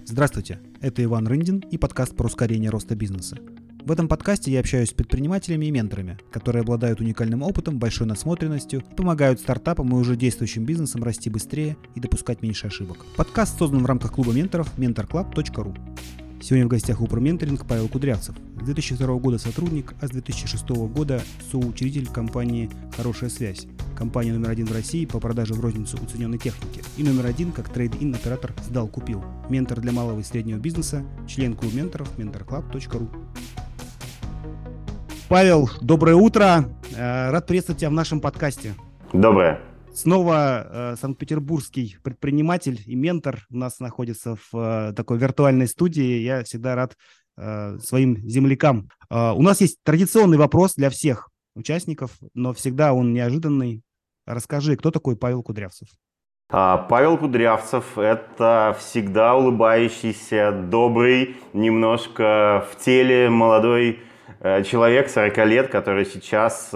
Здравствуйте, это Иван Рындин и подкаст про ускорение роста бизнеса. В этом подкасте я общаюсь с предпринимателями и менторами, которые обладают уникальным опытом, большой насмотренностью и помогают стартапам и уже действующим бизнесам расти быстрее и допускать меньше ошибок. Подкаст создан в рамках клуба менторов mentorclub.ru. Сегодня в гостях у ProMentoring Павел Кудрявцев. С 2002 года сотрудник, а с 2006 года соучредитель компании «Хорошая связь». Компания номер один в России по продаже в розницу уцененной техники. И номер один как трейд-ин оператор «Сдал-купил». Ментор для малого и среднего бизнеса, член клуба менторов mentorclub.ru. Павел, доброе утро. Рад приветствовать тебя в нашем подкасте. Доброе. Снова санкт-петербургский предприниматель и ментор у нас находится в такой виртуальной студии. Я всегда рад своим землякам. У нас есть традиционный вопрос для всех участников, но всегда он неожиданный. Расскажи, кто такой Павел Кудрявцев? Павел Кудрявцев – это всегда улыбающийся, добрый, немножко в теле молодой человек 40 лет, который сейчас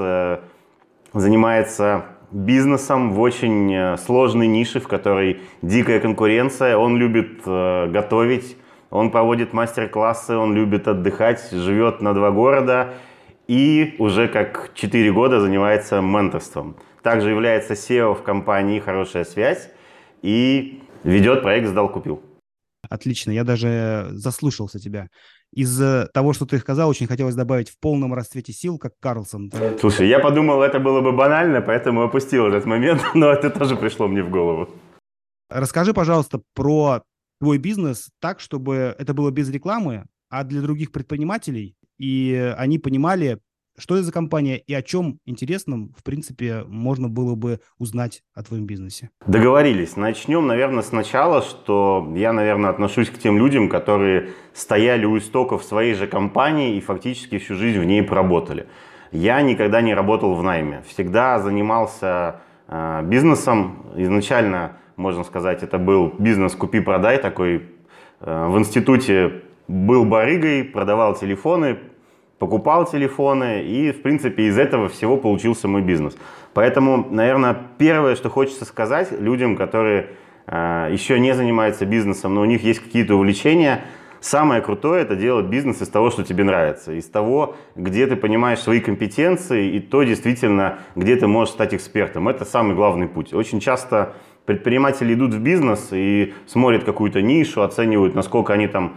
занимается бизнесом в очень сложной нише, в которой дикая конкуренция. Он любит готовить, он проводит мастер-классы, он любит отдыхать, живет на 2 города и уже как 4 года занимается менторством. Также является SEO в компании «Хорошая связь» и ведет проект «Сдал-купил». Отлично, я даже заслушался тебя. Из того, что ты сказал, очень хотелось добавить «в полном расцвете сил», как Карлсон. Слушай, я подумал, это было бы банально, поэтому опустил этот момент, но это тоже пришло мне в голову. Расскажи, пожалуйста, про твой бизнес так, чтобы это было без рекламы, а для других предпринимателей, и они понимали, что это за компания и о чем интересном, в принципе, можно было бы узнать о твоем бизнесе. Договорились. Начнем, наверное, сначала, что я, наверное, отношусь к тем людям, которые стояли у истоков своей же компании и фактически всю жизнь в ней проработали. Я никогда не работал в найме. Всегда занимался бизнесом. Изначально, можно сказать, это был бизнес «Купи-продай», такой в институте был барыгой, продавал телефоны, покупал телефоны, и, в принципе, из этого всего получился мой бизнес. Поэтому, наверное, первое, что хочется сказать людям, которые еще не занимаются бизнесом, но у них есть какие-то увлечения, самое крутое – это делать бизнес из того, что тебе нравится, из того, где ты понимаешь свои компетенции, и то, действительно, где ты можешь стать экспертом. Это самый главный путь. Очень часто предприниматели идут в бизнес и смотрят какую-то нишу, оценивают, насколько они там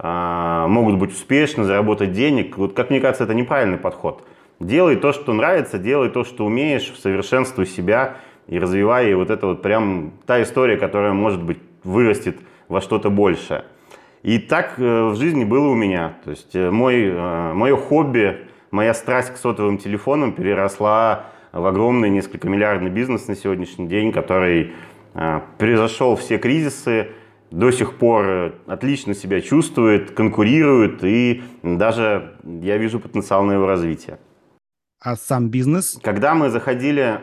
могут быть успешны, заработать денег. Вот, как мне кажется, это неправильный подход. Делай то, что нравится, делай то, что умеешь, совершенствуй себя и развивай. И вот это вот прям та история, которая, может быть, вырастет во что-то большее. И так в жизни было у меня. То есть мое хобби, моя страсть к сотовым телефонам переросла в огромный несколькомиллиардный бизнес на сегодняшний день, который превзошел все кризисы, до сих пор отлично себя чувствует, конкурирует, и даже я вижу потенциал на его развитие. А сам бизнес? Когда мы заходили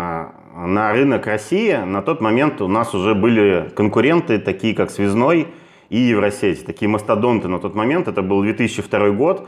на рынок России, на тот момент у нас уже были конкуренты, такие как Связной и Евросеть, такие мастодонты на тот момент, это был 2002 год.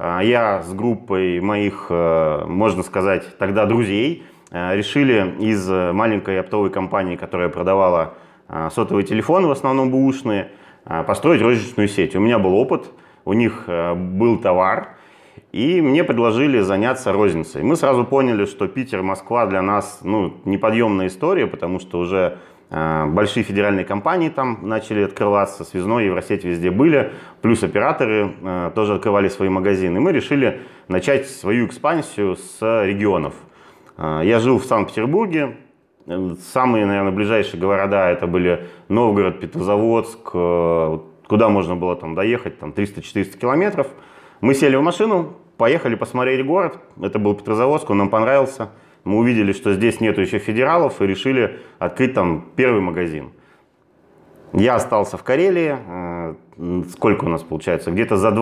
Я с группой моих, можно сказать, тогда друзей решили из маленькой оптовой компании, которая продавала сотовые телефоны, в основном бэушные, построить розничную сеть. У меня был опыт, у них был товар, и мне предложили заняться розницей. Мы сразу поняли, что Питер, Москва для нас неподъемная история, потому что уже большие федеральные компании там начали открываться, Связной, Евросеть везде были, плюс операторы тоже открывали свои магазины. И мы решили начать свою экспансию с регионов. Я жил в Санкт-Петербурге. Самые, наверное, ближайшие города это были Новгород, Петрозаводск, куда можно было там доехать, там 300-400 километров. Мы сели в машину, поехали посмотреть город, это был Петрозаводск, он нам понравился. Мы увидели, что здесь нету еще федералов и решили открыть там первый магазин. Я остался в Карелии, сколько у нас получается, где-то за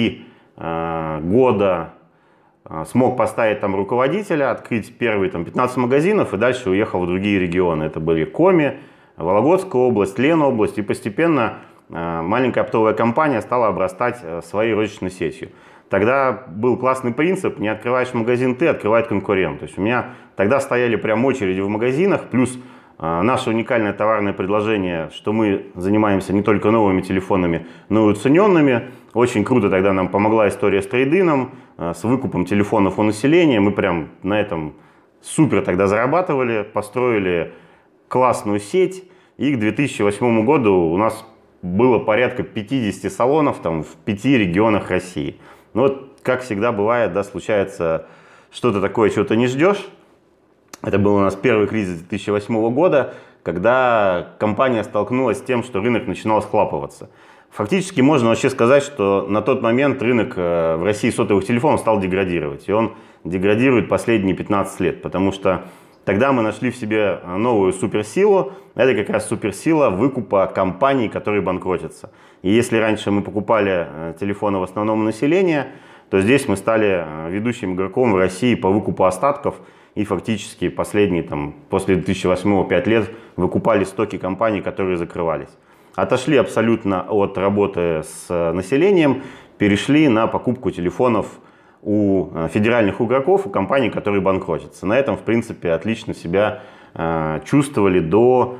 2-3 года смог поставить там руководителя, открыть первые там 15 магазинов и дальше уехал в другие регионы. Это были Коми, Вологодская область, Ленобласть. И постепенно маленькая оптовая компания стала обрастать своей розничной сетью. Тогда был классный принцип: не открываешь магазин ты, открывает конкурент. То есть у меня тогда стояли прям очереди в магазинах, плюс Наше уникальное товарное предложение, что мы занимаемся не только новыми телефонами, но и уцененными. Очень круто тогда нам помогла история с трейд-ином, с выкупом телефонов у населения. Мы прям на этом супер тогда зарабатывали, построили классную сеть. И к 2008 году у нас было порядка 50 салонов там, в 5 регионах России. Но вот, как всегда бывает, да, случается что-то такое, чего ты не ждешь. Это был у нас первый кризис 2008 года, когда компания столкнулась с тем, что рынок начинал схлапываться. Фактически можно вообще сказать, что на тот момент рынок в России сотовых телефонов стал деградировать. И он деградирует последние 15 лет, потому что тогда мы нашли в себе новую суперсилу. Это как раз суперсила выкупа компаний, которые банкротятся. И если раньше мы покупали телефоны в основном населения, то здесь мы стали ведущим игроком в России по выкупу остатков. И фактически последние, после 2008 5 лет выкупали стоки компаний, которые закрывались. Отошли абсолютно от работы с населением, перешли на покупку телефонов у федеральных игроков, у компаний, которые банкротятся. На этом, в принципе, отлично себя чувствовали до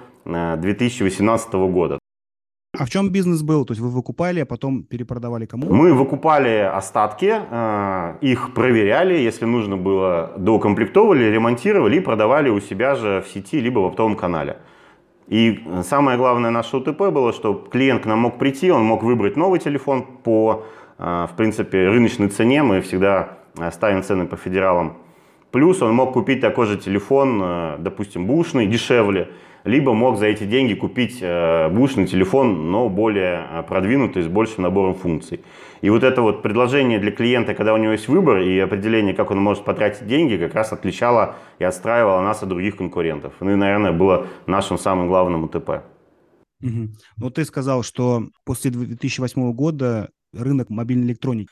2018 года. А в чем бизнес был? То есть вы выкупали, а потом перепродавали кому? Мы выкупали остатки, их проверяли, если нужно было, доукомплектовывали, ремонтировали и продавали у себя же в сети, либо в оптовом канале. И самое главное наше УТП было, что клиент к нам мог прийти, он мог выбрать новый телефон по, в принципе, рыночной цене, мы всегда ставим цены по федералам. Плюс он мог купить такой же телефон, допустим, бэушный, дешевле, либо мог за эти деньги купить бэушный телефон, но более продвинутый, с большим набором функций. И вот это вот предложение для клиента, когда у него есть выбор и определение, как он может потратить деньги, как раз отличало и отстраивало нас от других конкурентов. Ну и, наверное, было нашим самым главным УТП. Угу. Ну, ты сказал, что после 2008 года рынок мобильной электроники,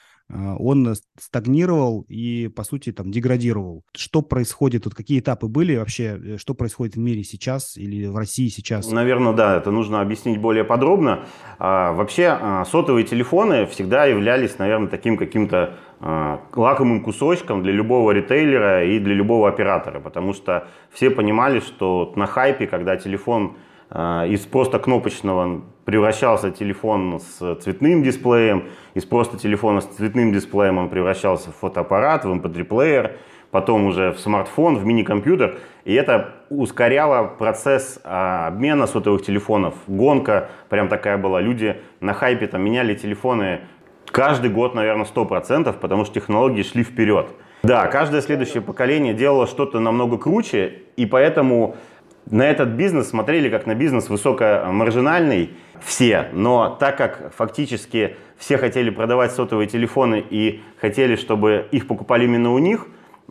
он стагнировал и, по сути, деградировал. Что происходит? Вот какие этапы были вообще? Что происходит в мире сейчас или в России сейчас? Наверное, да, это нужно объяснить более подробно. Вообще, сотовые телефоны всегда являлись, наверное, таким каким-то лакомым кусочком для любого ритейлера и для любого оператора, потому что все понимали, что на хайпе, когда телефон из просто кнопочного превращался телефон с цветным дисплеем, из просто телефона с цветным дисплеем он превращался в фотоаппарат, в MP3-плеер, потом уже в смартфон, в мини-компьютер. И это ускоряло процесс обмена сотовых телефонов. Гонка прям такая была. Люди на хайпе меняли телефоны каждый год, наверное, 100%, потому что технологии шли вперед. Да, каждое следующее поколение делало что-то намного круче, и поэтому на этот бизнес смотрели как на бизнес высокомаржинальный все, но так как фактически все хотели продавать сотовые телефоны и хотели, чтобы их покупали именно у них,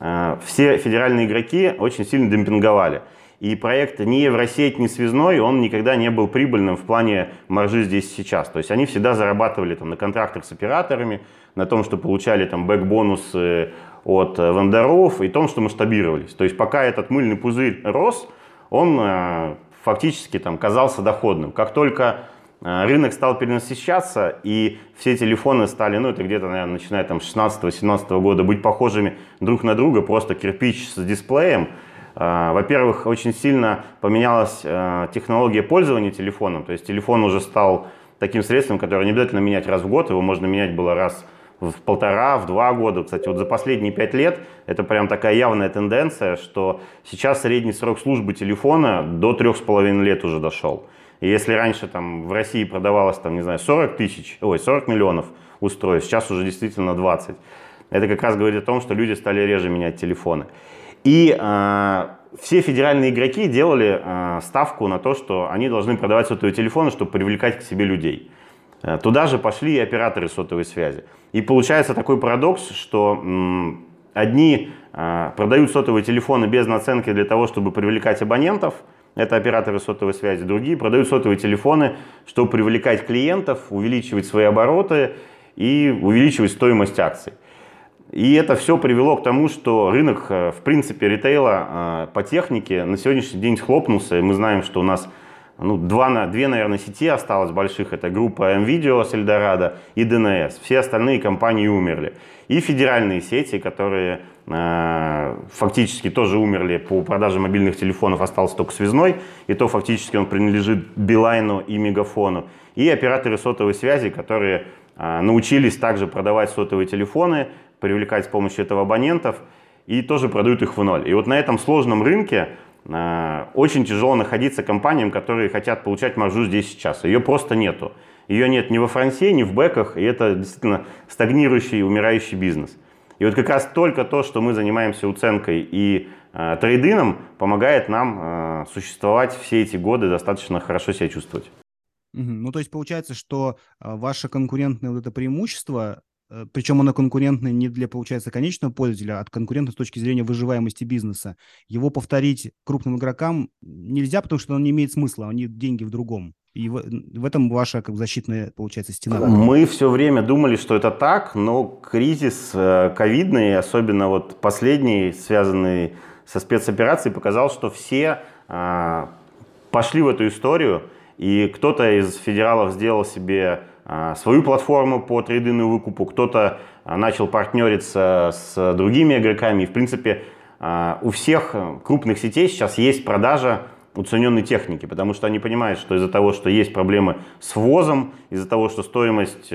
все федеральные игроки очень сильно демпинговали. И проект ни Евросеть, ни Связной, он никогда не был прибыльным в плане маржи здесь и сейчас. То есть они всегда зарабатывали на контрактах с операторами, на том, что получали бэк-бонусы от вендоров и том, что масштабировались. То есть пока этот мыльный пузырь рос, он фактически казался доходным. Как только рынок стал перенасыщаться, и все телефоны стали, это где-то, наверное, начиная с 16-17 года, быть похожими друг на друга, просто кирпич с дисплеем. Во-первых, очень сильно поменялась технология пользования телефоном. То есть телефон уже стал таким средством, которое не обязательно менять раз в год, его можно менять было раз в 1,5, в 2 года. Кстати, вот за последние 5 лет это прям такая явная тенденция, что сейчас средний срок службы телефона до 3,5 лет уже дошел. И если раньше в России продавалось 40 миллионов устройств, сейчас уже действительно 20. Это как раз говорит о том, что люди стали реже менять телефоны. И все федеральные игроки делали ставку на то, что они должны продавать сотовые телефоны, чтобы привлекать к себе людей. Туда же пошли и операторы сотовой связи. И получается такой парадокс, что одни продают сотовые телефоны без наценки для того, чтобы привлекать абонентов, это операторы сотовой связи, другие продают сотовые телефоны, чтобы привлекать клиентов, увеличивать свои обороты и увеличивать стоимость акций. И это все привело к тому, что рынок, в принципе, ритейла по технике на сегодняшний день схлопнулся. И мы знаем, что у нас две, наверное, сети осталось больших. Это группа МВидео с Эльдорадо и ДНС. Все остальные компании умерли. И федеральные сети, которые фактически тоже умерли по продаже мобильных телефонов, остался только связной, и то фактически он принадлежит Билайну и Мегафону. И операторы сотовой связи, которые научились также продавать сотовые телефоны, привлекать с помощью этого абонентов, и тоже продают их в ноль. И вот на этом сложном рынке очень тяжело находиться компаниям, которые хотят получать маржу здесь сейчас. Ее просто нету. Ее нет ни во фронте, ни в бэках, и это действительно стагнирующий и умирающий бизнес. И вот как раз только то, что мы занимаемся уценкой и трейдином, помогает нам существовать все эти годы, достаточно хорошо себя чувствовать. Ну, то есть получается, что ваше конкурентное вот это преимущество, причем оно конкурентное не для, получается, конечного пользователя, а конкурентное с точки зрения выживаемости бизнеса. Его повторить крупным игрокам нельзя, потому что оно не имеет смысла, они деньги в другом. И в этом ваша как защитная, получается, стена. Мы все время думали, что это так, но кризис ковидный, особенно вот последний, связанный со спецоперацией, показал, что все пошли в эту историю, и кто-то из федералов сделал себе свою платформу по трейдинgu и выкупу, кто-то начал партнериться с другими игроками. И, в принципе, у всех крупных сетей сейчас есть продажа уцененной техники, потому что они понимают, что из-за того, что есть проблемы с ввозом, из-за того, что стоимость,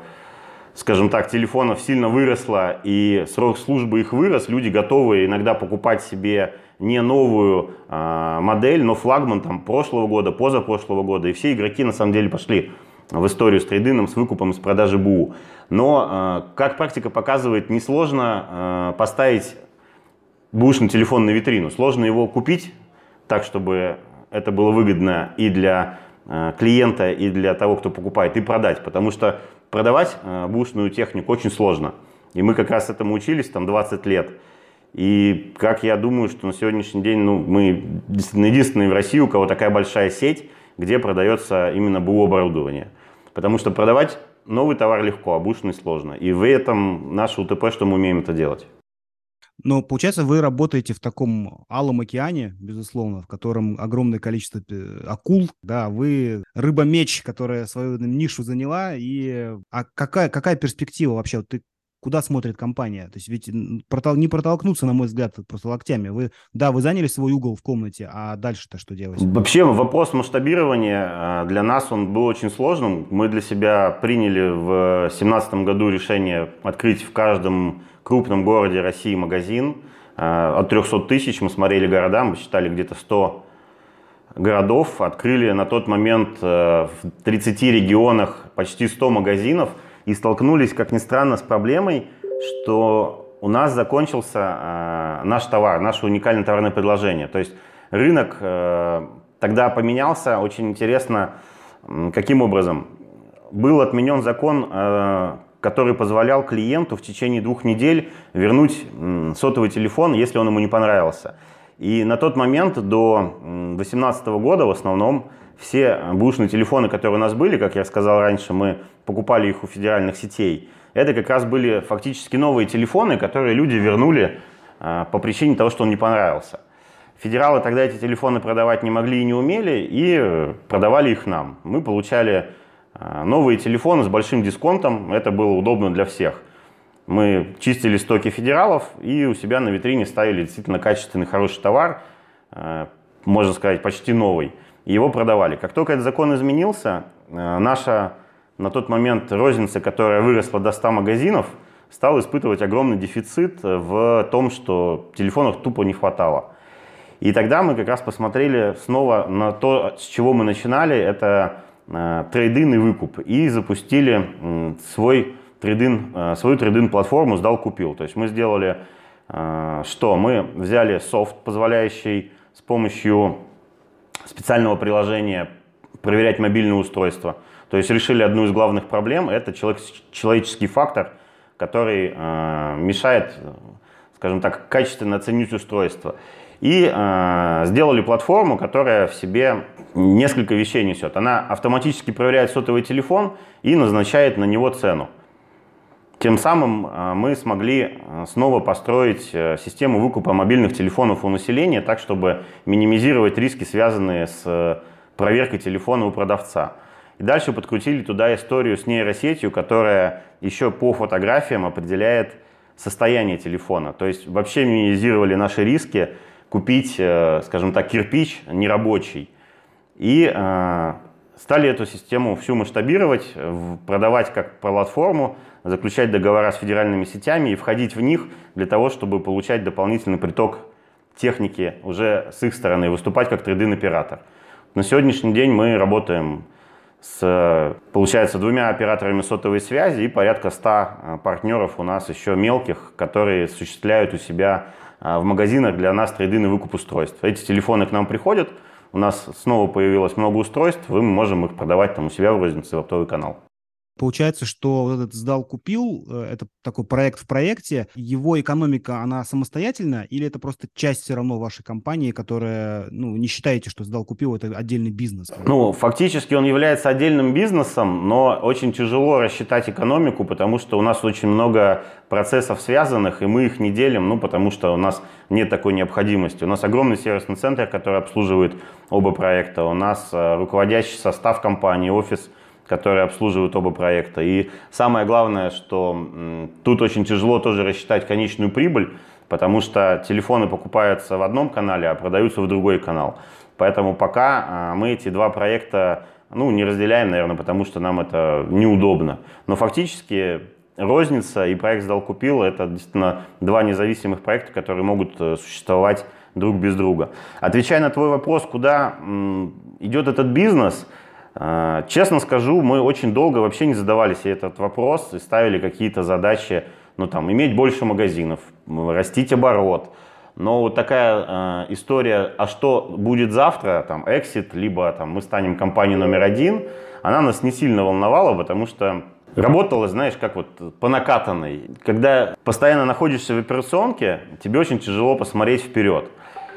скажем так, телефонов сильно выросла и срок службы их вырос, люди готовы иногда покупать себе не новую модель, но флагман там прошлого года, позапрошлого года, и все игроки на самом деле пошли в историю с трейдином, с выкупом, с продажей БУ. Но, как практика показывает, несложно поставить бэушный телефон на витрину, сложно его купить так, чтобы это было выгодно и для клиента, и для того, кто покупает, и продать. Потому что продавать бэушную технику очень сложно. И мы как раз этому учились там 20 лет. И как я думаю, что на сегодняшний день мы единственные в России, у кого такая большая сеть, где продается именно БУ оборудование. Потому что продавать новый товар легко, а бэушный сложно. И в этом наше УТП, что мы умеем это делать. Но, получается, вы работаете в таком алом океане, безусловно, в котором огромное количество акул, да, вы рыба-меч, которая свою нишу заняла, а какая перспектива вообще? Вот куда смотрит компания? То есть ведь не протолкнуться, на мой взгляд, просто локтями. Вы заняли свой угол в комнате, а дальше-то что делать? Вообще вопрос масштабирования для нас он был очень сложным. Мы для себя приняли в 2017 году решение открыть в каждом крупном городе России магазин. От 300 тысяч мы смотрели города, мы считали где-то 100 городов. Открыли на тот момент в 30 регионах почти 100 магазинов. И столкнулись, как ни странно, с проблемой, что у нас закончился наш товар, наше уникальное товарное предложение. То есть рынок тогда поменялся. Очень интересно, каким образом. Был отменен закон, который позволял клиенту в течение 2 недель вернуть сотовый телефон, если он ему не понравился. И на тот момент, до 2018 года в основном, все бэушные телефоны, которые у нас были, как я сказал раньше, мы покупали их у федеральных сетей. Это как раз были фактически новые телефоны, которые люди вернули по причине того, что он не понравился. Федералы тогда эти телефоны продавать не могли и не умели, и продавали их нам. Мы получали новые телефоны с большим дисконтом, это было удобно для всех. Мы чистили стоки федералов и у себя на витрине ставили действительно качественный, хороший товар, можно сказать, почти новый. И его продавали. Как только этот закон изменился, наша на тот момент розница, которая выросла до 100 магазинов, стала испытывать огромный дефицит в том, что телефонов тупо не хватало. И тогда мы как раз посмотрели снова на то, с чего мы начинали, это трейдин и выкуп. И запустили свою трейдин-платформу «Сдал-купил». То есть мы сделали что? Мы взяли софт, позволяющий с помощью специального приложения проверять мобильное устройство. То есть решили одну из главных проблем, это человеческий фактор, который мешает, скажем так, качественно оценить устройство. И сделали платформу, которая в себе несколько вещей несет. Она автоматически проверяет сотовый телефон и назначает на него цену. Тем самым мы смогли снова построить систему выкупа мобильных телефонов у населения так, чтобы минимизировать риски, связанные с проверкой телефона у продавца. И дальше подкрутили туда историю с нейросетью, которая еще по фотографиям определяет состояние телефона. То есть вообще минимизировали наши риски купить, скажем так, кирпич нерабочий. И стали эту систему всю масштабировать, продавать как платформу, заключать договора с федеральными сетями и входить в них для того, чтобы получать дополнительный приток техники уже с их стороны, выступать как трейд-ин-оператор. На сегодняшний день мы работаем с, получается, 2 операторами сотовой связи и порядка 100 партнеров у нас еще мелких, которые осуществляют у себя в магазинах для нас трейд-ин и выкуп устройств. Эти телефоны к нам приходят, у нас снова появилось много устройств, мы можем их продавать там у себя в рознице, в оптовый канал. Получается, что вот этот сдал-купил, это такой проект в проекте, его экономика, она самостоятельна, или это просто часть все равно вашей компании, которая, не считаете, что сдал-купил это отдельный бизнес? Фактически он является отдельным бизнесом, но очень тяжело рассчитать экономику, потому что у нас очень много процессов связанных, и мы их не делим, потому что у нас нет такой необходимости. У нас огромный сервисный центр, который обслуживает оба проекта, у нас руководящий состав компании, офис, которые обслуживают оба проекта. И самое главное, что тут очень тяжело тоже рассчитать конечную прибыль, потому что телефоны покупаются в одном канале, а продаются в другой канал. Поэтому пока мы эти 2 проекта не разделяем, наверное, потому что нам это неудобно. Но фактически розница и проект «Сдал-купил» — это действительно 2 независимых проекта, которые могут существовать друг без друга. Отвечая на твой вопрос, куда идет этот бизнес, честно скажу, мы очень долго вообще не задавали себе этот вопрос и ставили какие-то задачи, иметь больше магазинов, растить оборот. Но вот такая история, а что будет завтра, эксит, либо мы станем компанией номер 1, она нас не сильно волновала, потому что работала, знаешь, как по накатанной. Когда постоянно находишься в операционке, тебе очень тяжело посмотреть вперед.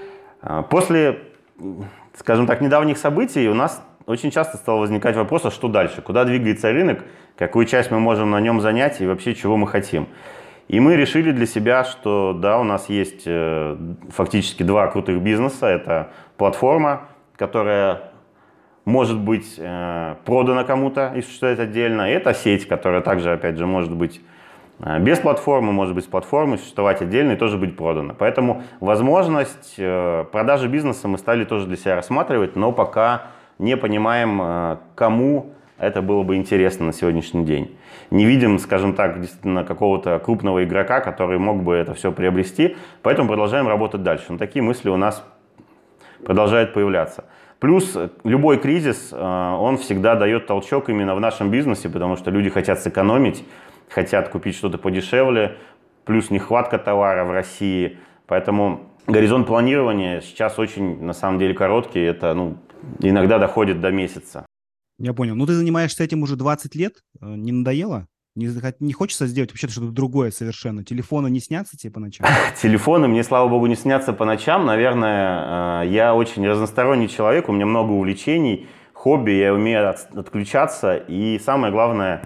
После, скажем так, недавних событий у нас очень часто стал возникать вопрос, а что дальше? Куда двигается рынок? Какую часть мы можем на нем занять и вообще чего мы хотим? И мы решили для себя, что да, у нас есть фактически 2 крутых бизнеса. Это платформа, которая может быть продана кому-то и существует отдельно. И это сеть, которая также, опять же, может быть без платформы, может быть с платформой, существовать отдельно и тоже быть продана. Поэтому возможность продажи бизнеса мы стали тоже для себя рассматривать, но пока не понимаем, кому это было бы интересно на сегодняшний день. Не видим, скажем так, действительно какого-то крупного игрока, который мог бы это все приобрести, поэтому продолжаем работать дальше. Но такие мысли у нас продолжают появляться. Плюс любой кризис, он всегда дает толчок именно в нашем бизнесе, потому что люди хотят сэкономить, хотят купить что-то подешевле, плюс нехватка товара в России. Поэтому горизонт планирования сейчас очень, на самом деле, короткий. Это, иногда доходит до месяца. Я понял. Ты занимаешься этим уже 20 лет? Не надоело? Не хочется сделать вообще что-то другое совершенно? Телефоны не снятся тебе по ночам? Телефоны мне, слава богу, не снятся по ночам. Наверное, я очень разносторонний человек, у меня много увлечений, хобби, я умею отключаться. И самое главное,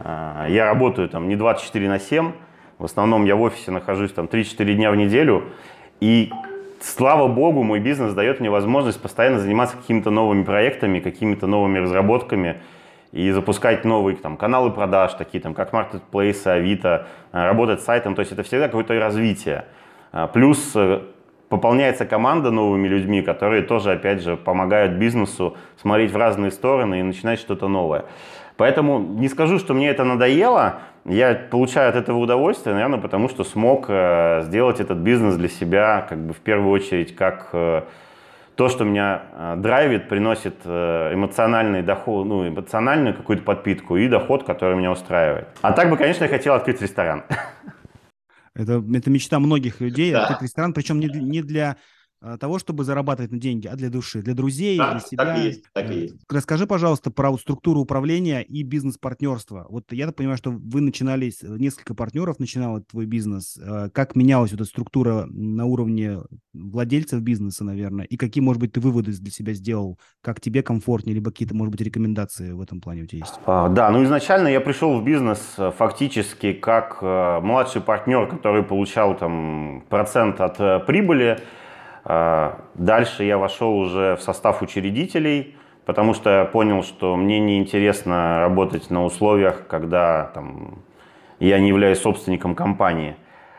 я работаю не 24/7. В основном я в офисе нахожусь 3-4 дня в неделю. И слава богу, мой бизнес дает мне возможность постоянно заниматься какими-то новыми проектами, какими-то новыми разработками и запускать новые каналы продаж, такие как Marketplace, Авито, работать с сайтом. То есть это всегда какое-то развитие. Плюс пополняется команда новыми людьми, которые тоже, опять же, помогают бизнесу смотреть в разные стороны и начинать что-то новое. Поэтому не скажу, что мне это надоело. Я получаю от этого удовольствие, наверное, потому что смог сделать этот бизнес для себя, в первую очередь, как то, что меня драйвит, приносит эмоциональный доход, эмоциональную какую-то подпитку и доход, который меня устраивает. А так бы, конечно, я хотел открыть ресторан. Это мечта многих людей, Да. открыть ресторан, причем не для того, чтобы зарабатывать на деньги, а для души, для друзей, Да, для себя. так и есть. Расскажи, пожалуйста, про структуру управления и бизнес-партнерства. Я так понимаю, что вы начинали, несколько партнеров начинал твой бизнес. Как менялась эта структура на уровне владельцев бизнеса, наверное, и какие, может быть, ты выводы для себя сделал, как тебе комфортнее, либо какие-то, может быть, рекомендации в этом плане у тебя есть? Да, изначально я пришел в бизнес фактически как младший партнер, который получал процент от прибыли. Дальше я вошел уже в состав учредителей, потому что я понял, что мне неинтересно работать на условиях, когда я не являюсь собственником компании.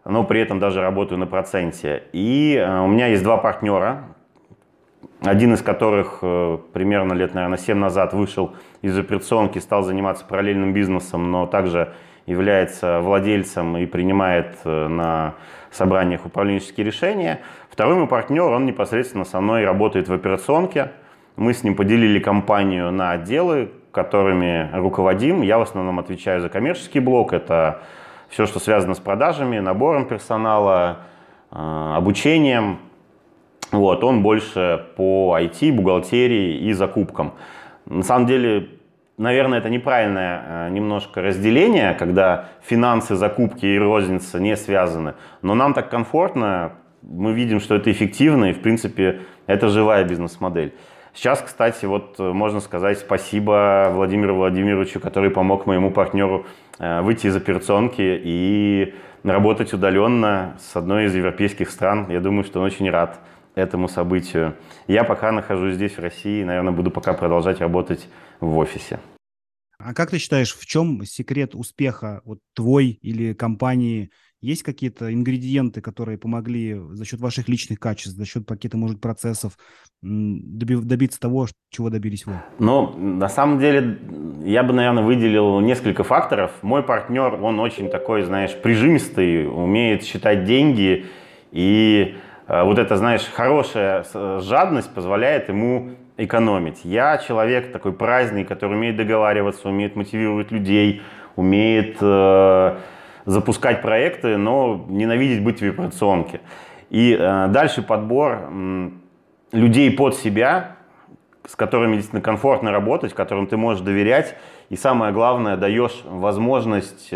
но при этом даже работаю на проценте. И у меня есть два партнера, один из которых примерно лет, наверное, 7 назад вышел из операционки, стал заниматься параллельным бизнесом, но также является владельцем и принимает на собраниях управленческие решения. Второй мой партнер, он непосредственно со мной работает в операционке. Мы с ним поделили компанию на отделы, которыми руководим. Я в основном отвечаю за коммерческий блок. Это все, что связано с продажами, набором персонала, обучением. Вот, он больше по IT, бухгалтерии и закупкам. На самом деле, наверное, это неправильное немножко разделение, когда финансы, закупки и розница не связаны. Но нам так комфортно, мы видим, что это эффективно, и, в принципе, это живая бизнес-модель. Сейчас, кстати, вот можно сказать спасибо Владимиру Владимировичу, который помог моему партнеру выйти из операционки и работать удаленно с одной из европейских стран. Я думаю, что он очень рад этому событию. Я пока нахожусь здесь, в России, наверное, буду пока продолжать работать в офисе. А как ты считаешь, в чем секрет успеха вот твой или компании? Есть какие-то ингредиенты, которые помогли за счет ваших личных качеств, за счет каких-то, может, процессов добиться того, чего добились вы? Ну, на самом деле, я бы, наверное, выделил несколько факторов. Мой партнер, он очень такой, знаешь, прижимистый, умеет считать деньги, и вот эта, знаешь, хорошая жадность позволяет ему экономить. Я человек такой праздный, который умеет договариваться, умеет мотивировать людей, умеет запускать проекты, но ненавидеть быть в операционке. И дальше подбор людей под себя, с которыми действительно комфортно работать, которым ты можешь доверять. И самое главное, даешь возможность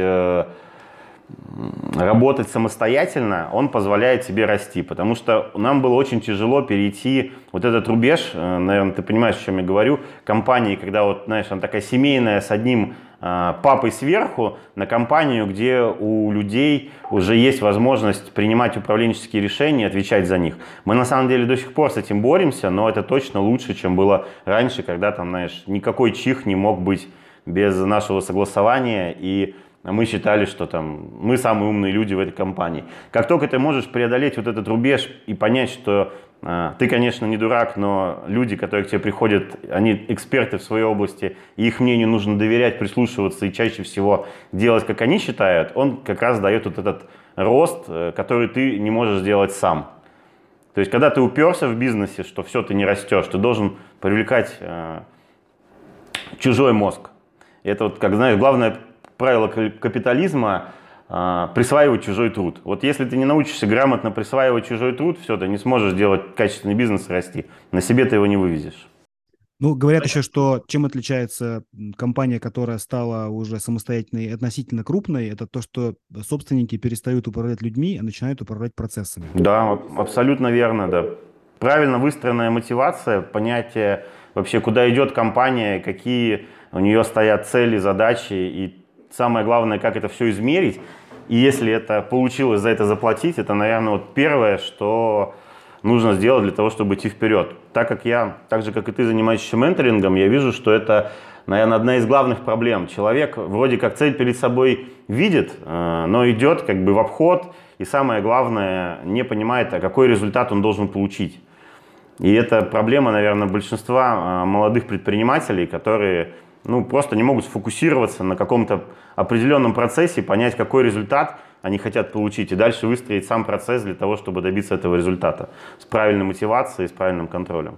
работать самостоятельно, он позволяет себе расти. Потому что нам было очень тяжело перейти вот этот рубеж, наверное, ты понимаешь, о чем я говорю, компании, когда вот, знаешь, она такая семейная с одним папой сверху, на компанию, где у людей уже есть возможность принимать управленческие решения, отвечать за них. Мы на самом деле до сих пор с этим боремся, но это точно лучше, чем было раньше, когда там, знаешь, никакой чих не мог быть без нашего согласования, и мы считали, что там мы самые умные люди в этой компании. Как только ты можешь преодолеть вот этот рубеж и понять, что ты, конечно, не дурак, но люди, которые к тебе приходят, они эксперты в своей области, и их мнению нужно доверять, прислушиваться и чаще всего делать, как они считают, он как раз дает вот этот рост, который ты не можешь сделать сам. То есть, когда ты уперся в бизнесе, что все, ты не растешь, ты должен привлекать чужой мозг. Это вот, как знаешь, главное правило капитализма – присваивать чужой труд. Вот если ты не научишься грамотно присваивать чужой труд, все, ты не сможешь делать качественный бизнес и расти. На себе ты его не вывезешь. Ну, говорят еще, что чем отличается компания, которая стала уже самостоятельной, относительно крупной, это то, что собственники перестают управлять людьми, а начинают управлять процессами. Да, абсолютно верно, да. Правильно выстроенная мотивация, понятие вообще, куда идет компания, какие у нее стоят цели, задачи, и самое главное, как это все измерить. И если это получилось за это заплатить, это, наверное, вот первое, что нужно сделать для того, чтобы идти вперед. Так как я, так же, как и ты, занимаешься менторингом, я вижу, что это, наверное, одна из главных проблем. Человек вроде как цель перед собой видит, но идет как бы в обход, и самое главное, не понимает, а какой результат он должен получить. И это проблема, наверное, большинства молодых предпринимателей, которые просто не могут сфокусироваться на каком-то определенном процессе, понять, какой результат они хотят получить, и дальше выстроить сам процесс для того, чтобы добиться этого результата с правильной мотивацией, с правильным контролем.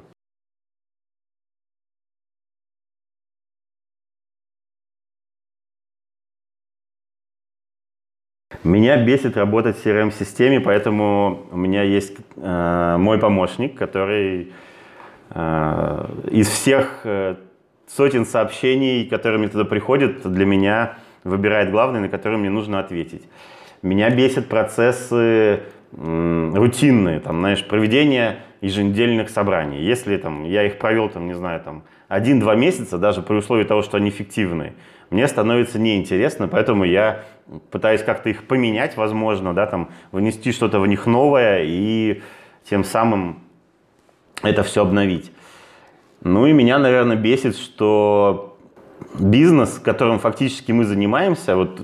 Меня бесит работать в CRM-системе, поэтому у меня есть мой помощник, который из всех сотен сообщений, которые мне туда приходят, для меня выбирает главный, на который мне нужно ответить. Меня бесят процессы рутинные, проведение еженедельных собраний. Если я их провел, 1-2 месяца, даже при условии того, что они фиктивные, мне становится неинтересно, поэтому я пытаюсь как-то их поменять, возможно, внести что-то в них новое и тем самым это все обновить. Ну и меня, наверное, бесит, что бизнес, которым фактически мы занимаемся, вот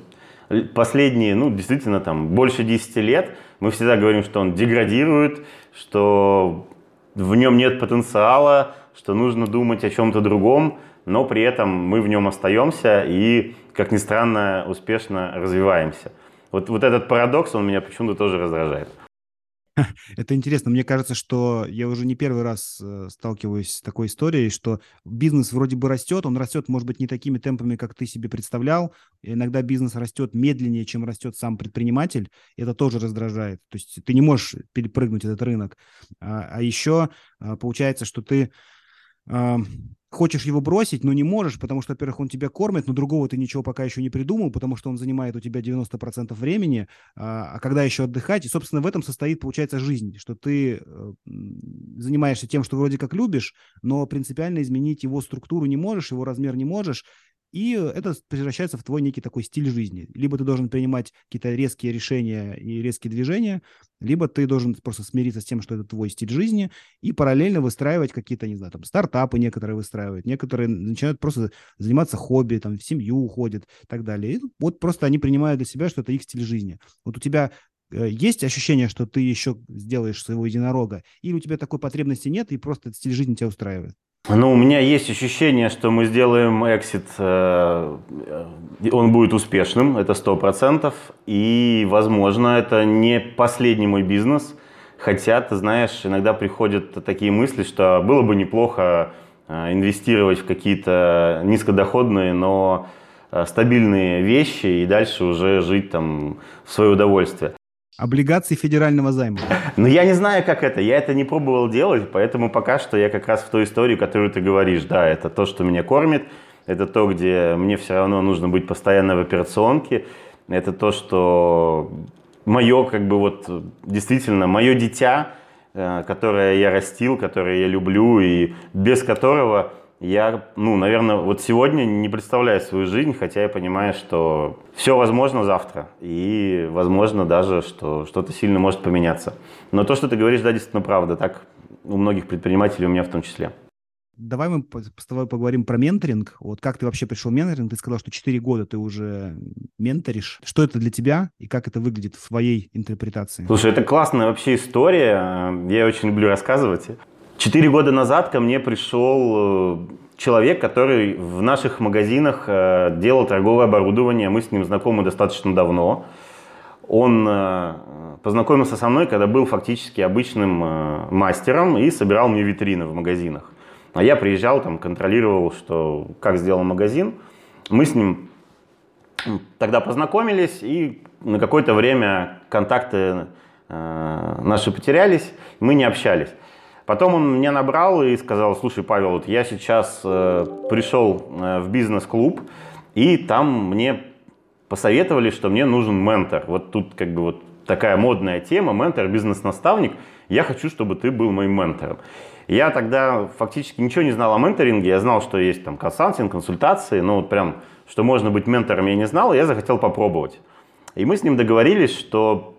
Последние, ну, действительно, там, больше 10 лет мы всегда говорим, что он деградирует, что в нем нет потенциала, что нужно думать о чем-то другом, но при этом мы в нем остаемся и, как ни странно, успешно развиваемся. Вот этот парадокс, он меня почему-то тоже раздражает. Это интересно. Мне кажется, что я уже не первый раз сталкиваюсь с такой историей, что бизнес вроде бы растет, он растет, может быть, не такими темпами, как ты себе представлял. И иногда бизнес растет медленнее, чем растет сам предприниматель. И это тоже раздражает. То есть ты не можешь перепрыгнуть этот рынок. А еще получается, что ты хочешь его бросить, но не можешь, потому что, во-первых, он тебя кормит, но другого ты ничего пока еще не придумал, потому что он занимает у тебя 90% времени, а когда еще отдыхать? И, собственно, в этом состоит, получается, жизнь, что ты занимаешься тем, что вроде как любишь, но принципиально изменить его структуру не можешь, его размер не можешь, и это превращается в твой некий такой стиль жизни. Либо ты должен принимать какие-то резкие решения и резкие движения, либо ты должен просто смириться с тем, что это твой стиль жизни, и параллельно выстраивать какие-то, не знаю, там, стартапы некоторые выстраивают, некоторые начинают просто заниматься хобби, там, в семью уходят и так далее. И вот просто они принимают для себя, что это их стиль жизни. Вот у тебя есть ощущение, что ты еще сделаешь своего единорога, или у тебя такой потребности нет, и просто этот стиль жизни тебя устраивает? Ну, у меня есть ощущение, что мы сделаем эксит, он будет успешным, это 100%, и, возможно, это не последний мой бизнес, хотя, ты знаешь, иногда приходят такие мысли, что было бы неплохо инвестировать в какие-то низкодоходные, но стабильные вещи и дальше уже жить там в свое удовольствие. Облигации федерального займа. Ну, я не знаю, как это. Я это не пробовал делать, поэтому пока что я как раз в той истории, которую ты говоришь. Да, это то, что меня кормит, это то, где мне все равно нужно быть постоянно в операционке, это то, что мое, как бы вот, действительно, мое дитя, которое я растил, которое я люблю, и без которого я, ну, наверное, вот сегодня не представляю свою жизнь, хотя я понимаю, что все возможно завтра, и возможно даже, что что-то сильно может поменяться. Но то, что ты говоришь, да, действительно правда, так у многих предпринимателей, у меня в том числе. Давай мы с тобой поговорим про менторинг. Вот как ты вообще пришел в менторинг? Ты сказал, что 4 года ты уже менторишь. Что это для тебя и как это выглядит в твоей интерпретации? Слушай, это классная вообще история, я ее очень люблю рассказывать. 4 года назад ко мне пришел человек, который в наших магазинах делал торговое оборудование. Мы с ним знакомы достаточно давно. Он познакомился со мной, когда был фактически обычным мастером и собирал мне витрины в магазинах. А я приезжал, там, контролировал, что, как сделан магазин. Мы с ним тогда познакомились, и на какое-то время контакты наши потерялись, мы не общались. Потом он меня набрал и сказал: слушай, Павел, вот я сейчас пришел в бизнес-клуб, и там мне посоветовали, что мне нужен ментор. Вот тут как бы вот такая модная тема, ментор, бизнес-наставник. Я хочу, чтобы ты был моим ментором. Я тогда фактически ничего не знал о менторинге. Я знал, что есть там консалтинг, консультации, но вот прям, что можно быть ментором, я не знал, и я захотел попробовать. И мы с ним договорились, что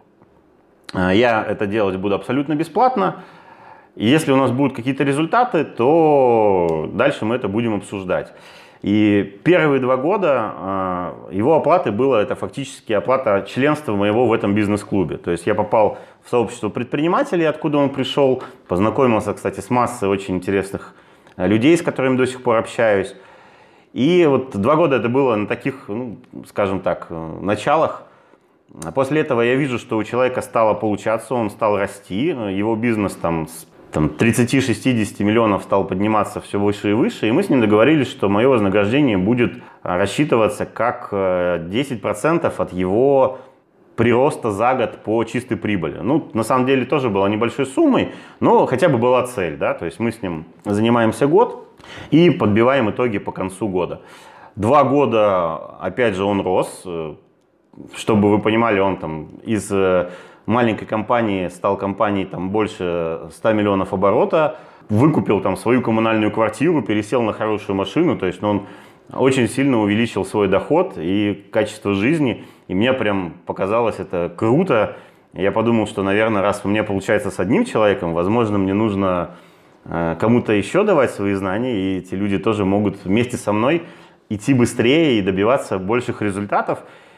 я это делать буду абсолютно бесплатно. И если у нас будут какие-то результаты, то дальше мы это будем обсуждать. И первые 2 года его оплаты было, это фактически оплата членства моего в этом бизнес-клубе. То есть я попал в сообщество предпринимателей, откуда он пришел, познакомился, кстати, с массой очень интересных людей, с которыми до сих пор общаюсь. И вот 2 года это было на таких, ну, скажем так, началах. После этого я вижу, что у человека стало получаться, он стал расти, его бизнес там с 30-60 миллионов стал подниматься все выше и выше, и мы с ним договорились, что мое вознаграждение будет рассчитываться как 10% от его прироста за год по чистой прибыли. Ну, на самом деле тоже была небольшой суммой, но хотя бы была цель, да, то есть мы с ним занимаемся год и подбиваем итоги по концу года. 2 года, опять же, он рос, чтобы вы понимали, он там из маленькой компании стал компанией там больше 100 миллионов оборота, выкупил там свою коммунальную квартиру, пересел на хорошую машину, то есть он очень сильно увеличил свой доход и качество жизни, и мне прям показалось это круто. Я подумал, что, наверное, раз у меня получается с одним человеком, возможно, мне нужно кому-то еще давать свои знания, и эти люди тоже могут вместе со мной идти быстрее и добиваться больших результатов.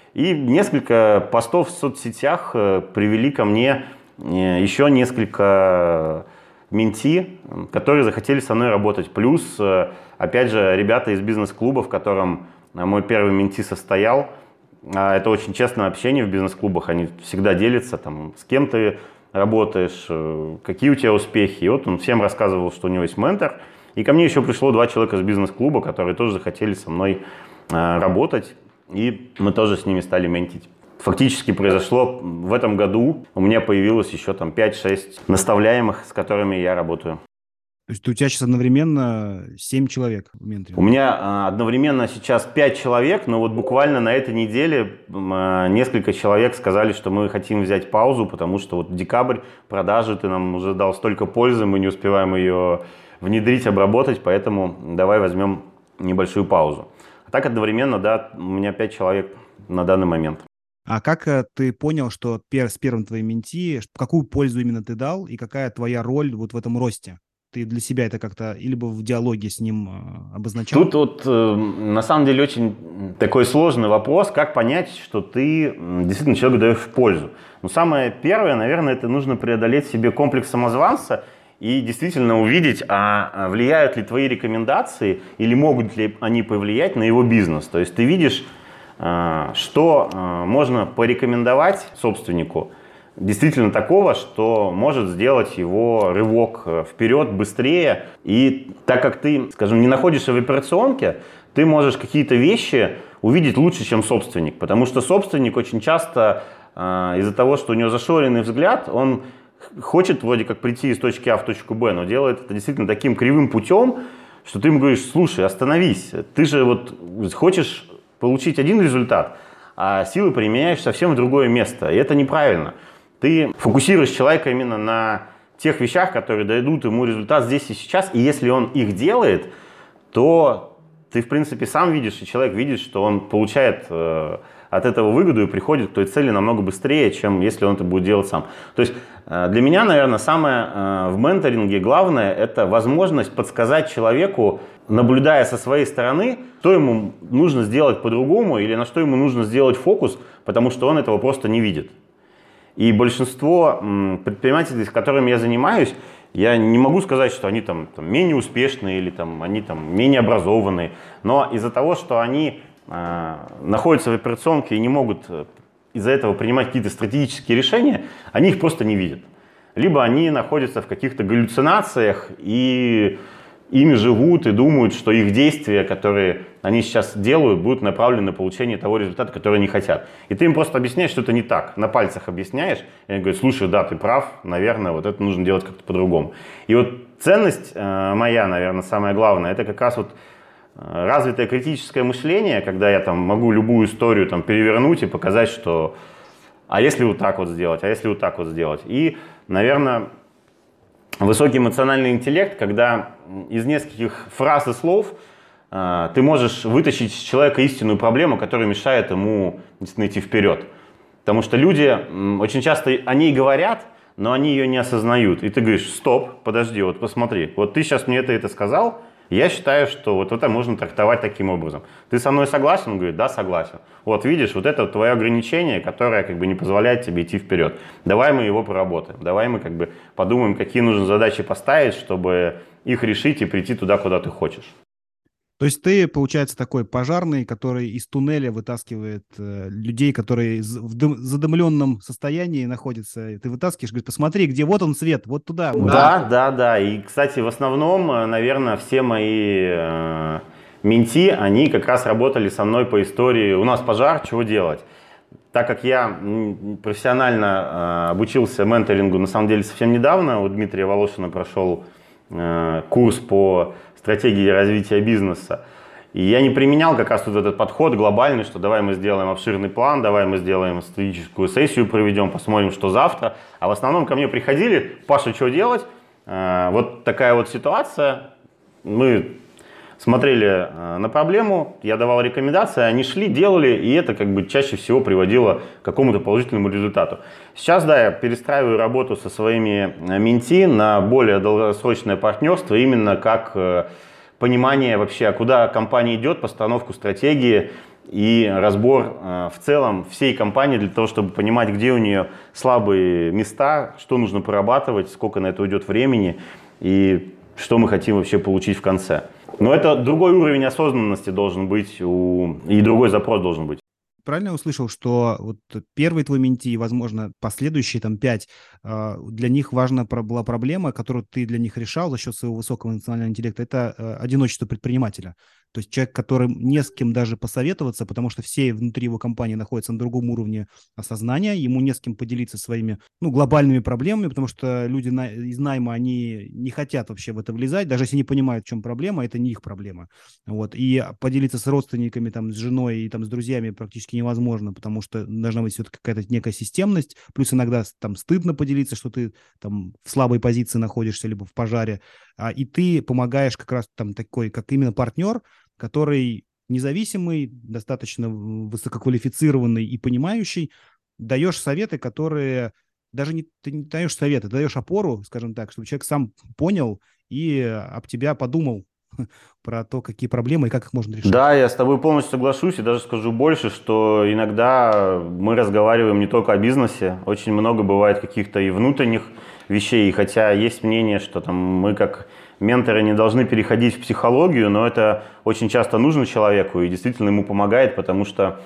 И несколько постов в соцсетях привели ко мне еще несколько менти, которые захотели со мной работать. Плюс, опять же, ребята из бизнес-клуба, в котором мой первый менти состоял. Это очень честное общение в бизнес-клубах. Они всегда делятся, там, с кем ты работаешь, какие у тебя успехи. И вот он всем рассказывал, что у него есть ментор. И ко мне еще пришло 2 человека из бизнес-клуба, которые тоже захотели со мной работать. И мы тоже с ними стали ментить. Фактически произошло в этом году. У меня появилось еще там 5-6 наставляемых, с которыми я работаю. То есть у тебя сейчас одновременно 7 человек в менторинге? У меня одновременно сейчас 5 человек, но вот буквально на этой неделе несколько человек сказали, что мы хотим взять паузу, потому что вот декабрь, продажи, ты нам уже дал столько пользы, мы не успеваем ее внедрить, обработать, поэтому давай возьмем небольшую паузу. А так одновременно, да, у меня 5 человек на данный момент. А как ты понял, что с первым твоим менти, какую пользу именно ты дал и какая твоя роль вот в этом росте? Ты для себя это как-то либо в диалоге с ним обозначал? Тут вот на самом деле очень такой сложный вопрос, как понять, что ты действительно человеку даешь пользу. Но самое первое, наверное, это нужно преодолеть в себе комплекс самозванца и действительно увидеть, а влияют ли твои рекомендации или могут ли они повлиять на его бизнес. То есть ты видишь, что можно порекомендовать собственнику, действительно такого, что может сделать его рывок вперед быстрее. И так как ты, скажем, не находишься в операционке, ты можешь какие-то вещи увидеть лучше, чем собственник. Потому что собственник очень часто из-за того, что у него зашоренный взгляд, он хочет вроде как прийти из точки А в точку Б, но делает это действительно таким кривым путем, что ты ему говоришь: слушай, остановись, ты же вот хочешь получить один результат, а силы применяешь совсем в другое место. И это неправильно. Ты фокусируешь человека именно на тех вещах, которые дадут ему результат здесь и сейчас. И если он их делает, то ты, в принципе, сам видишь, и человек видит, что он получает от этого выгоду и приходит к той цели намного быстрее, чем если он это будет делать сам. То есть для меня, наверное, самое в менторинге главное – это возможность подсказать человеку, наблюдая со своей стороны, что ему нужно сделать по-другому или на что ему нужно сделать фокус, потому что он этого просто не видит. И большинство предпринимателей, с которыми я занимаюсь, я не могу сказать, что они там менее успешные или они менее образованные, но из-за того, что они находятся в операционке и не могут из-за этого принимать какие-то стратегические решения, они их просто не видят. Либо они находятся в каких-то галлюцинациях и ими живут и думают, что их действия, которые они сейчас делают, будут направлены на получение того результата, который они хотят. И ты им просто объясняешь, что это не так. На пальцах объясняешь, и они говорят: слушай, да, ты прав, наверное, вот это нужно делать как-то по-другому. И вот ценность моя, наверное, самая главная, это как раз вот развитое критическое мышление, когда я могу любую историю перевернуть и показать, что а если вот так вот сделать, а если вот так вот сделать. И, наверное, высокий эмоциональный интеллект, когда из нескольких фраз и слов ты можешь вытащить из человека истинную проблему, которая мешает ему идти вперед. Потому что люди очень часто о ней говорят, но они ее не осознают. И ты говоришь: стоп, подожди, вот посмотри, вот ты сейчас мне это сказал, я считаю, что вот это можно трактовать таким образом. Ты со мной согласен? Он говорит: да, согласен. Вот видишь, вот это твое ограничение, которое не позволяет тебе идти вперед. Давай мы его проработаем. Давай мы подумаем, какие нужно задачи поставить, чтобы их решить и прийти туда, куда ты хочешь. То есть ты, получается, такой пожарный, который из туннеля вытаскивает людей, которые в задымленном состоянии находятся. И ты вытаскиваешь, говоришь: посмотри, где вот он свет, вот туда. Да. И, кстати, в основном, наверное, все мои менти, они как раз работали со мной по истории «У нас пожар, чего делать?». Так как я профессионально обучился менторингу, на самом деле, совсем недавно, у Дмитрия Волошина прошел курс по стратегии развития бизнеса. И я не применял как раз этот подход глобальный, что давай мы сделаем обширный план, давай мы сделаем стратегическую сессию, проведем, посмотрим, что завтра. А в основном ко мне приходили: Паша, что делать? Вот такая вот ситуация. Мы смотрели на проблему, я давал рекомендации, они шли, делали, и это чаще всего приводило к какому-то положительному результату. Сейчас, да, я перестраиваю работу со своими менти на более долгосрочное партнерство, именно как понимание вообще, а куда компания идет, постановку стратегии и разбор в целом всей компании для того, чтобы понимать, где у нее слабые места, что нужно прорабатывать, сколько на это уйдет времени и что мы хотим вообще получить в конце. Но это другой уровень осознанности должен быть и другой запрос должен быть. Правильно я услышал, что вот первый твой менти и, возможно, последующие там 5, для них важна была проблема, которую ты для них решал за счет своего высокого эмоционального интеллекта, это одиночество предпринимателя. То есть человек, который не с кем даже посоветоваться, потому что все внутри его компании находятся на другом уровне осознания, ему не с кем поделиться своими, глобальными проблемами, потому что люди из найма, они не хотят вообще в это влезать, даже если не понимают, в чем проблема, это не их проблема. Вот. И поделиться с родственниками, там, с женой и там, с друзьями практически невозможно, потому что должна быть все-таки какая-то некая системность, плюс иногда там стыдно поделиться, что ты там в слабой позиции находишься, либо в пожаре, и ты помогаешь как раз там такой, как именно партнер, который независимый, достаточно высококвалифицированный и понимающий, даешь советы, которые даже ты не даешь советы, даешь опору, скажем так, чтобы человек сам понял и об тебя подумал про то, какие проблемы и как их можно решить. Да, я с тобой полностью соглашусь и даже скажу больше, что иногда мы разговариваем не только о бизнесе, очень много бывает каких-то и внутренних вещей, и хотя есть мнение, что там мы как менторы не должны переходить в психологию, но это очень часто нужно человеку и действительно ему помогает, потому что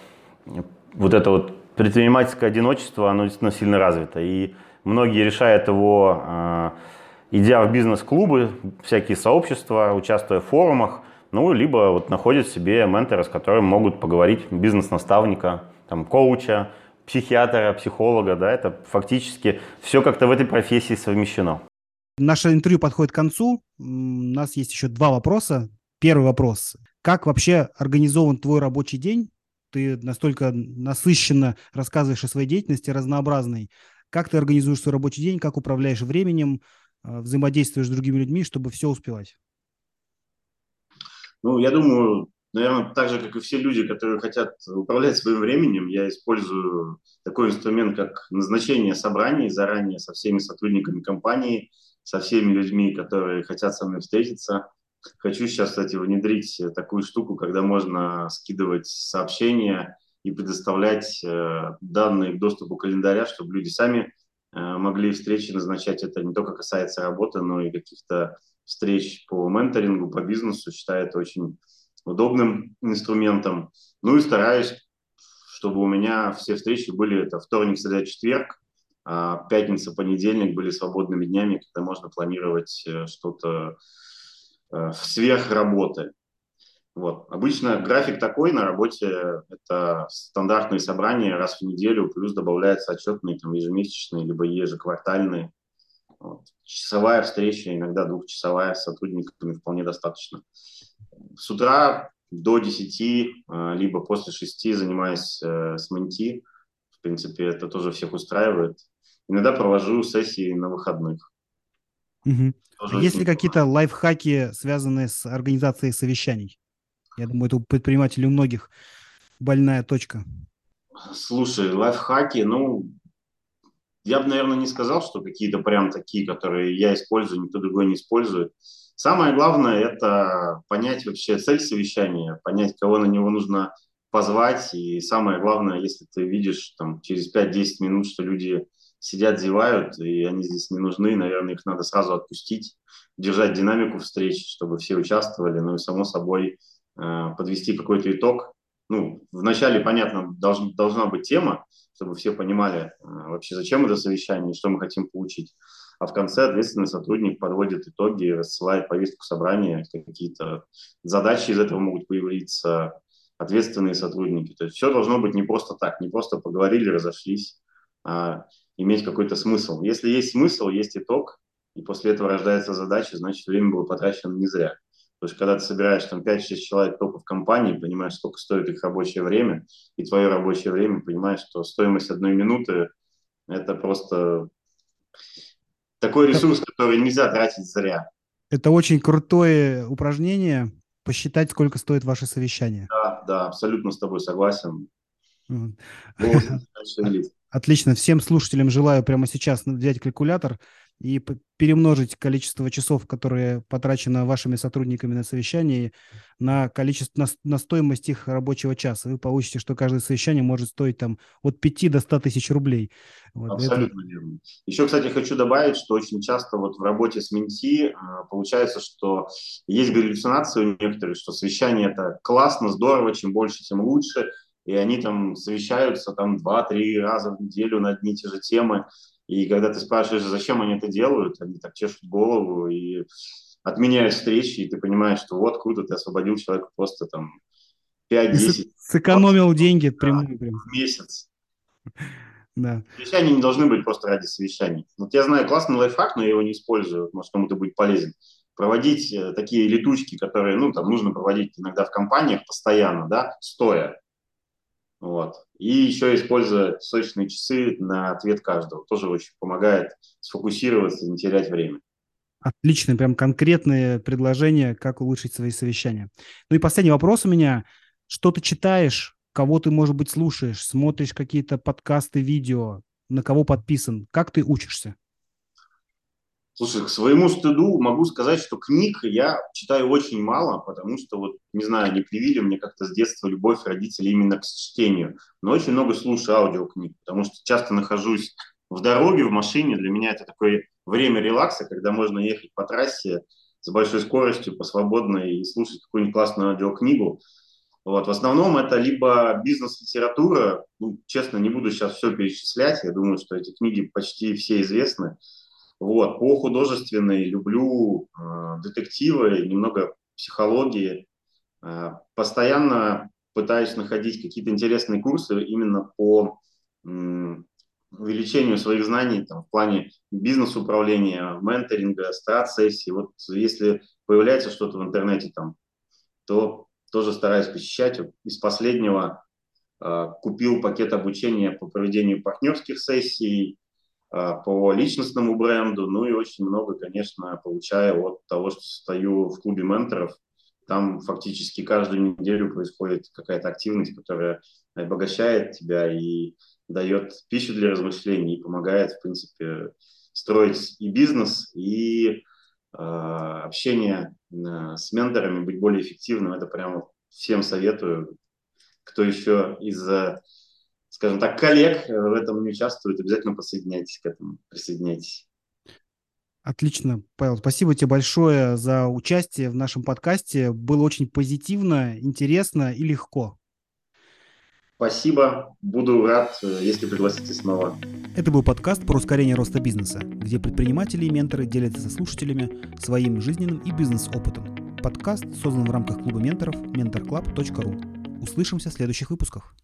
вот это вот предпринимательское одиночество, оно действительно сильно развито, и многие решают его, идя в бизнес-клубы, всякие сообщества, участвуя в форумах, либо вот находят себе ментора, с которым могут поговорить, бизнес-наставника, там, коуча, психиатра, психолога, да, это фактически все как-то в этой профессии совмещено. Наше интервью подходит к концу, у нас есть еще 2 вопроса. Первый вопрос. Как вообще организован твой рабочий день? Ты настолько насыщенно рассказываешь о своей деятельности, разнообразной. Как ты организуешь свой рабочий день, как управляешь временем, взаимодействуешь с другими людьми, чтобы все успевать? Я думаю, наверное, так же, как и все люди, которые хотят управлять своим временем, я использую такой инструмент, как назначение собраний заранее со всеми сотрудниками компании, со всеми людьми, которые хотят со мной встретиться. Хочу сейчас, кстати, внедрить такую штуку, когда можно скидывать сообщения и предоставлять данные к доступу календаря, чтобы люди сами могли встречи назначать. Это не только касается работы, но и каких-то встреч по менторингу, по бизнесу. Считаю это очень удобным инструментом. И стараюсь, чтобы у меня все встречи были это вторник, среда, четверг, а пятница, понедельник были свободными днями, когда можно планировать что-то сверх работы. Вот. Обычно график такой на работе, это стандартные собрания раз в неделю, плюс добавляются отчетные, там, ежемесячные, либо ежеквартальные. Вот. Часовая встреча, иногда 2-часовая с сотрудниками вполне достаточно. С утра до 10, либо после 6 занимаюсь с менти. В принципе, это тоже всех устраивает. Иногда провожу сессии на выходных. Угу. А есть ли какие-то лайфхаки, связанные с организацией совещаний? Я думаю, это у предпринимателей у многих больная точка. Слушай, лайфхаки, я бы, наверное, не сказал, что какие-то прям такие, которые я использую, никто другой не использует. Самое главное – это понять вообще цель совещания, понять, кого на него нужно позвать. И самое главное, если ты видишь там, через 5-10 минут, что люди сидят, зевают, и они здесь не нужны, наверное, их надо сразу отпустить, держать динамику встреч, чтобы все участвовали, и, само собой, подвести какой-то итог. Вначале, понятно, должна быть тема, чтобы все понимали вообще, зачем это совещание и что мы хотим получить. А в конце ответственный сотрудник подводит итоги, рассылает повестку собрания, какие-то задачи из этого могут появиться, ответственные сотрудники. То есть все должно быть не просто так, не просто поговорили, разошлись, а иметь какой-то смысл. Если есть смысл, есть итог, и после этого рождается задача, значит, время было потрачено не зря. Потому что когда ты собираешь там 5-6 человек только в компании, понимаешь, сколько стоит их рабочее время, и твое рабочее время, понимаешь, что стоимость 1 минуты – это просто такой ресурс, который нельзя тратить зря. Это очень крутое упражнение – посчитать, сколько стоит ваше совещание. Да, абсолютно с тобой согласен. Отлично. Всем слушателям желаю прямо сейчас взять калькулятор и перемножить количество часов, которые потрачено вашими сотрудниками на совещании, на количество, на стоимость их рабочего часа. Вы получите, что каждое совещание может стоить там от 5 до 100 тысяч рублей. Вот это... Абсолютно верно. Еще, кстати, хочу добавить, что очень часто вот в работе с менти получается, что есть галлюцинации у некоторых, что совещание это классно, здорово, чем больше, тем лучше, и они там совещаются там 2-3 раза в неделю на одни и те же темы, и когда ты спрашиваешь, зачем они это делают, они так чешут голову и отменяют встречи, и ты понимаешь, что вот круто, ты освободил человека просто там И 5-10 сэкономил деньги прямую прям. в месяц. Да. Совещания не должны быть просто ради совещаний. Вот я знаю классный лайфхак, но я его не использую, может, кому-то будет полезен. Проводить такие летучки, которые, ну, там нужно проводить иногда в компаниях постоянно, да, стоя. Вот. И еще используя сочные часы на ответ каждого. Тоже очень помогает сфокусироваться и не терять время. Отличные, прям конкретные предложения, как улучшить свои совещания. Ну и последний вопрос у меня. Что ты читаешь? Кого ты, может быть, слушаешь? Смотришь какие-то подкасты, видео? На кого подписан? Как ты учишься? Слушай, к своему стыду могу сказать, что книг я читаю очень мало, потому что, вот, не знаю, не привили мне как-то с детства любовь родителей именно к чтению. Но очень много слушаю аудиокниг, потому что часто нахожусь в дороге, в машине. Для меня это такое время релакса, когда можно ехать по трассе с большой скоростью, по свободной и слушать какую-нибудь классную аудиокнигу. Вот. В основном это либо бизнес-литература, ну, честно, не буду сейчас все перечислять, я думаю, что эти книги почти все известны. Вот. По художественной люблю детективы, немного психологии. Постоянно пытаюсь находить какие-то интересные курсы именно по увеличению своих знаний там, в плане бизнес-управления, менторинга, страт-сессий. Вот если появляется что-то в интернете, там, то тоже стараюсь посещать. Из последнего купил пакет обучения по проведению партнерских сессий, по личностному бренду, ну и очень много, конечно, получаю от того, что стою в клубе менторов. Там фактически каждую неделю происходит какая-то активность, которая обогащает тебя и дает пищу для размышлений и помогает, в принципе, строить и бизнес, и общение с менторами, быть более эффективным. Это прямо всем советую. Кто еще из, скажем так, коллег в этом не участвует, обязательно присоединяйтесь к этому, присоединяйтесь. Отлично, Павел. Спасибо тебе большое за участие в нашем подкасте. Было очень позитивно, интересно и легко. Спасибо. Буду рад, если пригласите снова. Это был подкаст про ускорение роста бизнеса, где предприниматели и менторы делятся со слушателями своим жизненным и бизнес-опытом. Подкаст создан в рамках клуба менторов mentorclub.ru. Услышимся в следующих выпусках.